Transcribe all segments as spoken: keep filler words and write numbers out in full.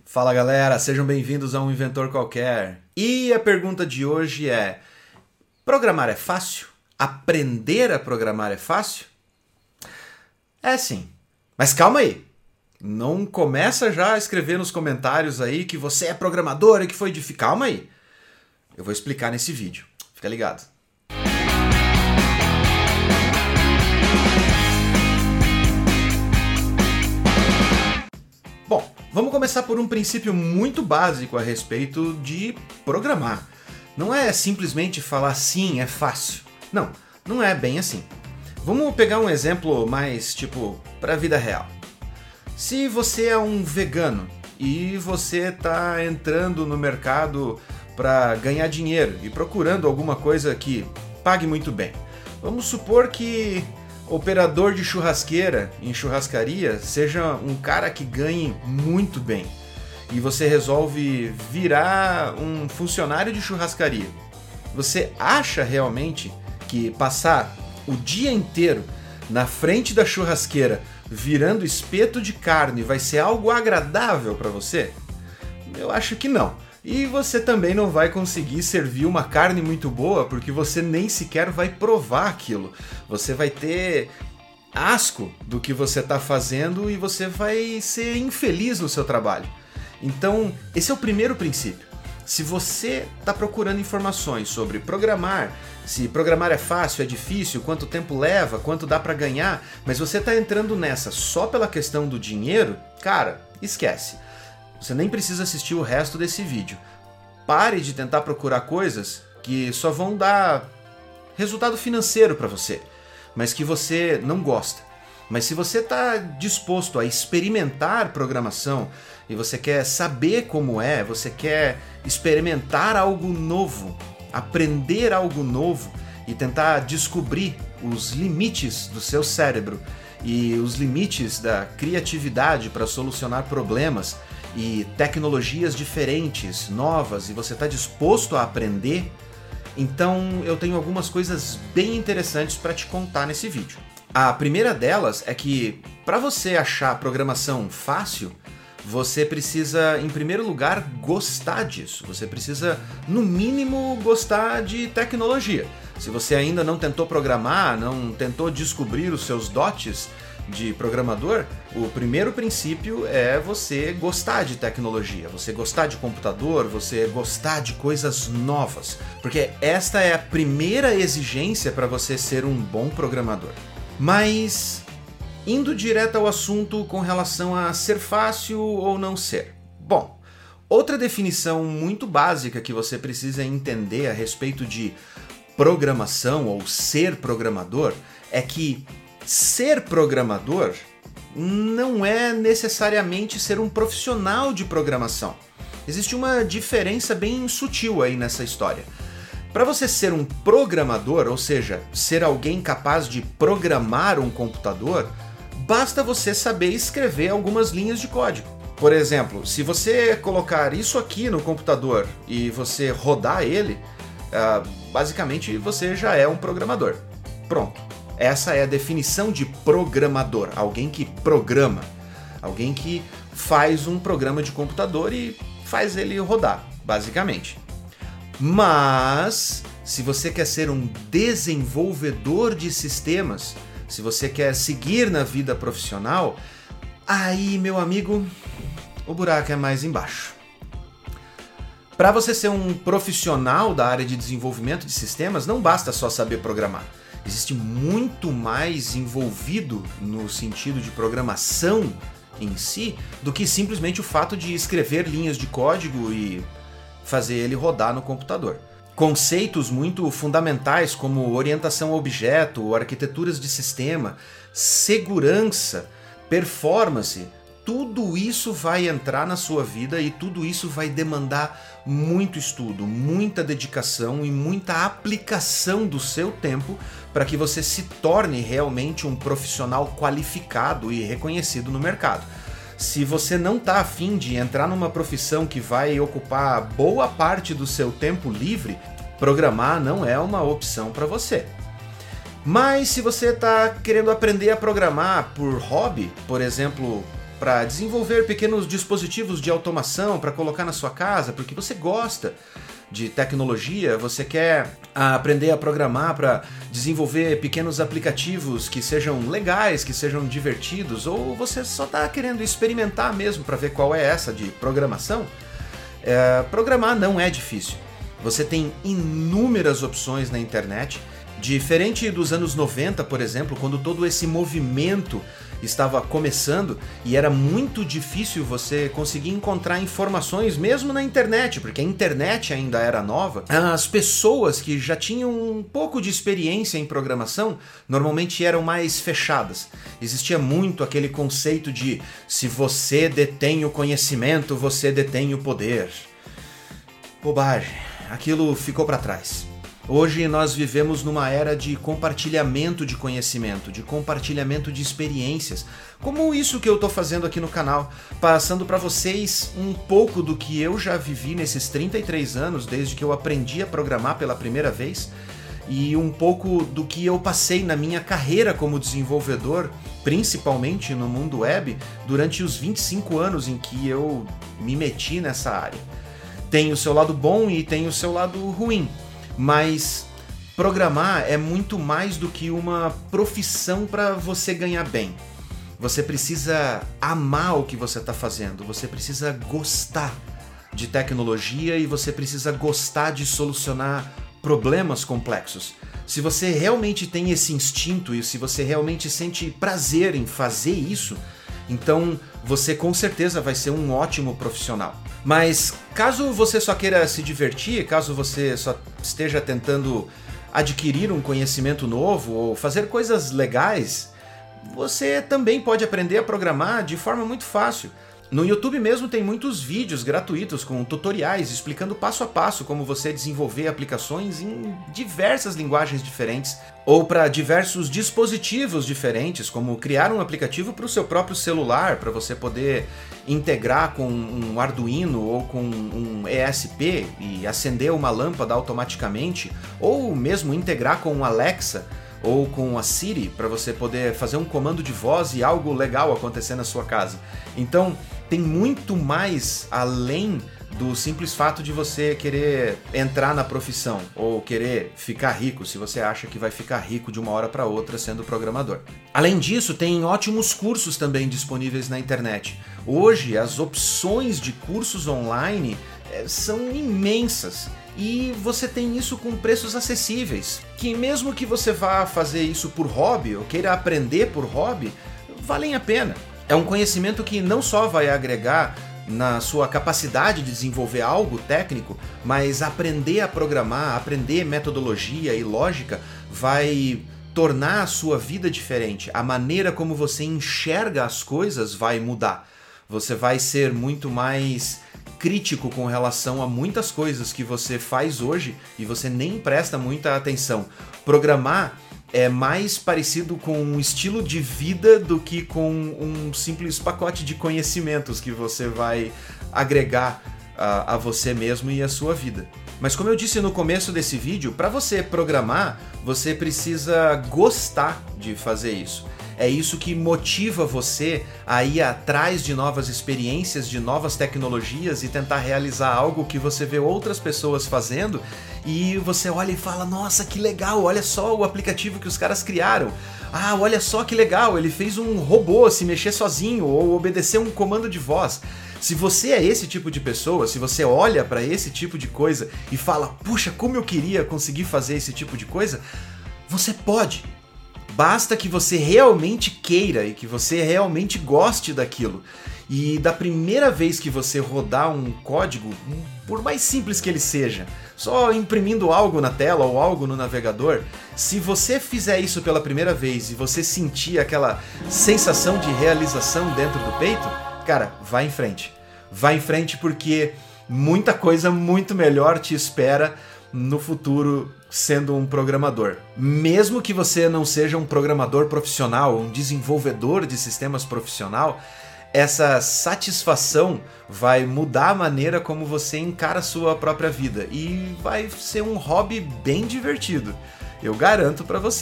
Fala galera, sejam bem-vindos a um Inventor Qualquer. E a pergunta de hoje é: programar é fácil? Aprender a programar é fácil? É sim, mas calma aí. Não começa já a escrever nos comentários aí que você é programador e que foi difícil. Calma aí. Eu vou explicar nesse vídeo. Fica ligado. Bom, vamos começar por um princípio muito básico a respeito de programar. Não é simplesmente falar sim, é fácil. Não, não é bem assim. Vamos pegar um exemplo mais, tipo, para a vida real. Se você é um vegano e você está entrando no mercado para ganhar dinheiro e procurando alguma coisa que pague muito bem, vamos supor que operador de churrasqueira em churrascaria seja um cara que ganhe muito bem e você resolve virar um funcionário de churrascaria. Você acha realmente que passar o dia inteiro na frente da churrasqueira virando espeto de carne vai ser algo agradável para você? Eu acho que não. E você também não vai conseguir servir uma carne muito boa porque você nem sequer vai provar aquilo. Você vai ter asco do que você está fazendo e você vai ser infeliz no seu trabalho. Então, esse é o primeiro princípio. Se você está procurando informações sobre programar, se programar é fácil, é difícil, quanto tempo leva, quanto dá para ganhar, mas você está entrando nessa só pela questão do dinheiro, cara, esquece. Você nem precisa assistir o resto desse vídeo. Pare de tentar procurar coisas que só vão dar resultado financeiro para você, mas que você não gosta. Mas se você está disposto a experimentar programação e você quer saber como é, você quer experimentar algo novo, aprender algo novo e tentar descobrir os limites do seu cérebro e os limites da criatividade para solucionar problemas e tecnologias diferentes, novas, e você está disposto a aprender, então eu tenho algumas coisas bem interessantes para te contar nesse vídeo. A primeira delas é que, para você achar a programação fácil, você precisa, em primeiro lugar, gostar disso. Você precisa, no mínimo, gostar de tecnologia. Se você ainda não tentou programar, não tentou descobrir os seus dotes de programador, o primeiro princípio é você gostar de tecnologia, você gostar de computador, você gostar de coisas novas, porque esta é a primeira exigência para você ser um bom programador. Mas, indo direto ao assunto com relação a ser fácil ou não ser. Bom, outra definição muito básica que você precisa entender a respeito de programação ou ser programador é que ser programador não é necessariamente ser um profissional de programação. Existe uma diferença bem sutil aí nessa história. Para você ser um programador, ou seja, ser alguém capaz de programar um computador, basta você saber escrever algumas linhas de código. Por exemplo, se você colocar isso aqui no computador e você rodar ele, uh, basicamente você já é um programador. Pronto. Essa é a definição de programador, alguém que programa, alguém que faz um programa de computador e faz ele rodar, basicamente. Mas, se você quer ser um desenvolvedor de sistemas, se você quer seguir na vida profissional, aí, meu amigo, o buraco é mais embaixo. Para você ser um profissional da área de desenvolvimento de sistemas, não basta só saber programar. Existe muito mais envolvido no sentido de programação em si do que simplesmente o fato de escrever linhas de código e fazer ele rodar no computador. Conceitos muito fundamentais como orientação a objeto, arquiteturas de sistema, segurança, performance, tudo isso vai entrar na sua vida e tudo isso vai demandar muito estudo, muita dedicação e muita aplicação do seu tempo para que você se torne realmente um profissional qualificado e reconhecido no mercado. Se você não está afim de entrar numa profissão que vai ocupar boa parte do seu tempo livre, programar não é uma opção para você. Mas se você está querendo aprender a programar por hobby, por exemplo, para desenvolver pequenos dispositivos de automação para colocar na sua casa, porque você gosta de tecnologia, você quer aprender a programar para desenvolver pequenos aplicativos que sejam legais, que sejam divertidos, ou você só está querendo experimentar mesmo para ver qual é essa de programação, é, programar não é difícil. Você tem inúmeras opções na internet, diferente dos anos noventa, por exemplo, quando todo esse movimento estava começando e era muito difícil você conseguir encontrar informações mesmo na internet, porque a internet ainda era nova. As pessoas que já tinham um pouco de experiência em programação normalmente eram mais fechadas. Existia muito aquele conceito de se você detém o conhecimento, você detém o poder. Bobagem, aquilo ficou para trás. Hoje nós vivemos numa era de compartilhamento de conhecimento, de compartilhamento de experiências, como isso que eu estou fazendo aqui no canal, passando para vocês um pouco do que eu já vivi nesses trinta e três anos, desde que eu aprendi a programar pela primeira vez, e um pouco do que eu passei na minha carreira como desenvolvedor, principalmente no mundo web, durante os vinte e cinco anos em que eu me meti nessa área. Tem o seu lado bom e tem o seu lado ruim. Mas programar é muito mais do que uma profissão para você ganhar bem. Você precisa amar o que você está fazendo, você precisa gostar de tecnologia e você precisa gostar de solucionar problemas complexos. Se você realmente tem esse instinto e se você realmente sente prazer em fazer isso, então você com certeza vai ser um ótimo profissional. Mas caso você só queira se divertir, caso você só esteja tentando adquirir um conhecimento novo ou fazer coisas legais, você também pode aprender a programar de forma muito fácil. No YouTube mesmo tem muitos vídeos gratuitos com tutoriais explicando passo a passo como você desenvolver aplicações em diversas linguagens diferentes ou para diversos dispositivos diferentes, como criar um aplicativo para o seu próprio celular, para você poder integrar com um Arduino ou com um E S P e acender uma lâmpada automaticamente, ou mesmo integrar com um Alexa ou com a Siri para você poder fazer um comando de voz e algo legal acontecer na sua casa. Então, tem muito mais além do simples fato de você querer entrar na profissão ou querer ficar rico, se você acha que vai ficar rico de uma hora para outra sendo programador. Além disso, tem ótimos cursos também disponíveis na internet. Hoje, as opções de cursos online é, são imensas. E você tem isso com preços acessíveis, que mesmo que você vá fazer isso por hobby ou queira aprender por hobby, valem a pena. É um conhecimento que não só vai agregar na sua capacidade de desenvolver algo técnico, mas aprender a programar, aprender metodologia e lógica vai tornar a sua vida diferente. A maneira como você enxerga as coisas vai mudar. Você vai ser muito mais crítico com relação a muitas coisas que você faz hoje e você nem presta muita atenção. Programar é mais parecido com um estilo de vida do que com um simples pacote de conhecimentos que você vai agregar a, a você mesmo e a sua vida. Mas como eu disse no começo desse vídeo, para você programar, você precisa gostar de fazer isso. É isso que motiva você a ir atrás de novas experiências, de novas tecnologias e tentar realizar algo que você vê outras pessoas fazendo e você olha e fala, nossa, que legal, olha só o aplicativo que os caras criaram. Ah, olha só que legal, ele fez um robô se mexer sozinho ou obedecer um comando de voz. Se você é esse tipo de pessoa, se você olha para esse tipo de coisa e fala, puxa, como eu queria conseguir fazer esse tipo de coisa, você pode. Basta que você realmente queira e que você realmente goste daquilo. E da primeira vez que você rodar um código, por mais simples que ele seja, só imprimindo algo na tela ou algo no navegador, se você fizer isso pela primeira vez e você sentir aquela sensação de realização dentro do peito, cara, vai em frente. Vai em frente porque muita coisa muito melhor te espera no futuro sendo um programador. Mesmo que você não seja um programador profissional, um desenvolvedor de sistemas profissional, essa satisfação vai mudar a maneira como você encara a sua própria vida e vai ser um hobby bem divertido. Eu garanto pra você.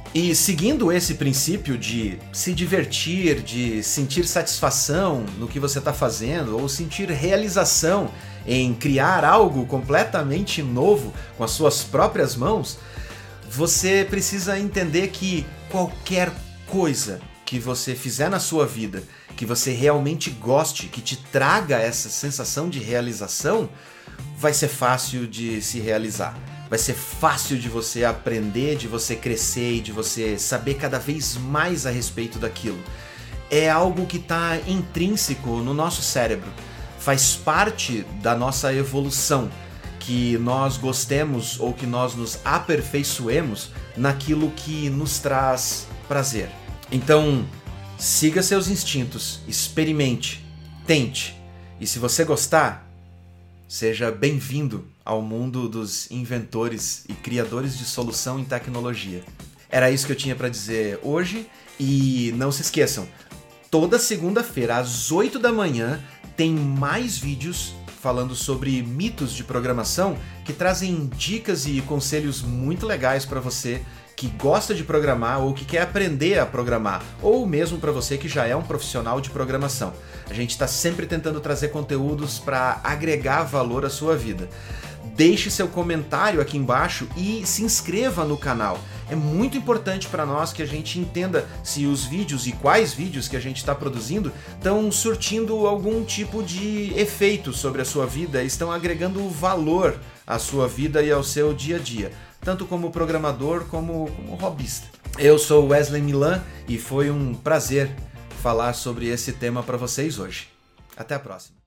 E seguindo esse princípio de se divertir, de sentir satisfação no que você está fazendo, ou sentir realização em criar algo completamente novo com as suas próprias mãos, você precisa entender que qualquer coisa que você fizer na sua vida, que você realmente goste, que te traga essa sensação de realização, vai ser fácil de se realizar. Vai ser fácil de você aprender, de você crescer e de você saber cada vez mais a respeito daquilo. É algo que está intrínseco no nosso cérebro. Faz parte da nossa evolução, que nós gostemos ou que nós nos aperfeiçoemos naquilo que nos traz prazer. Então, siga seus instintos, experimente, tente. E se você gostar, seja bem-vindo ao mundo dos inventores e criadores de solução em tecnologia. Era isso que eu tinha para dizer hoje e não se esqueçam, toda segunda-feira às oito da manhã tem mais vídeos falando sobre mitos de programação que trazem dicas e conselhos muito legais para você que gosta de programar ou que quer aprender a programar, ou mesmo para você que já é um profissional de programação. A gente está sempre tentando trazer conteúdos para agregar valor à sua vida. Deixe seu comentário aqui embaixo e se inscreva no canal. É muito importante para nós que a gente entenda se os vídeos e quais vídeos que a gente está produzindo estão surtindo algum tipo de efeito sobre a sua vida, estão agregando valor à sua vida e ao seu dia a dia, tanto como programador como como hobbyista. Eu sou Wesley Milan e foi um prazer falar sobre esse tema para vocês hoje. Até a próxima.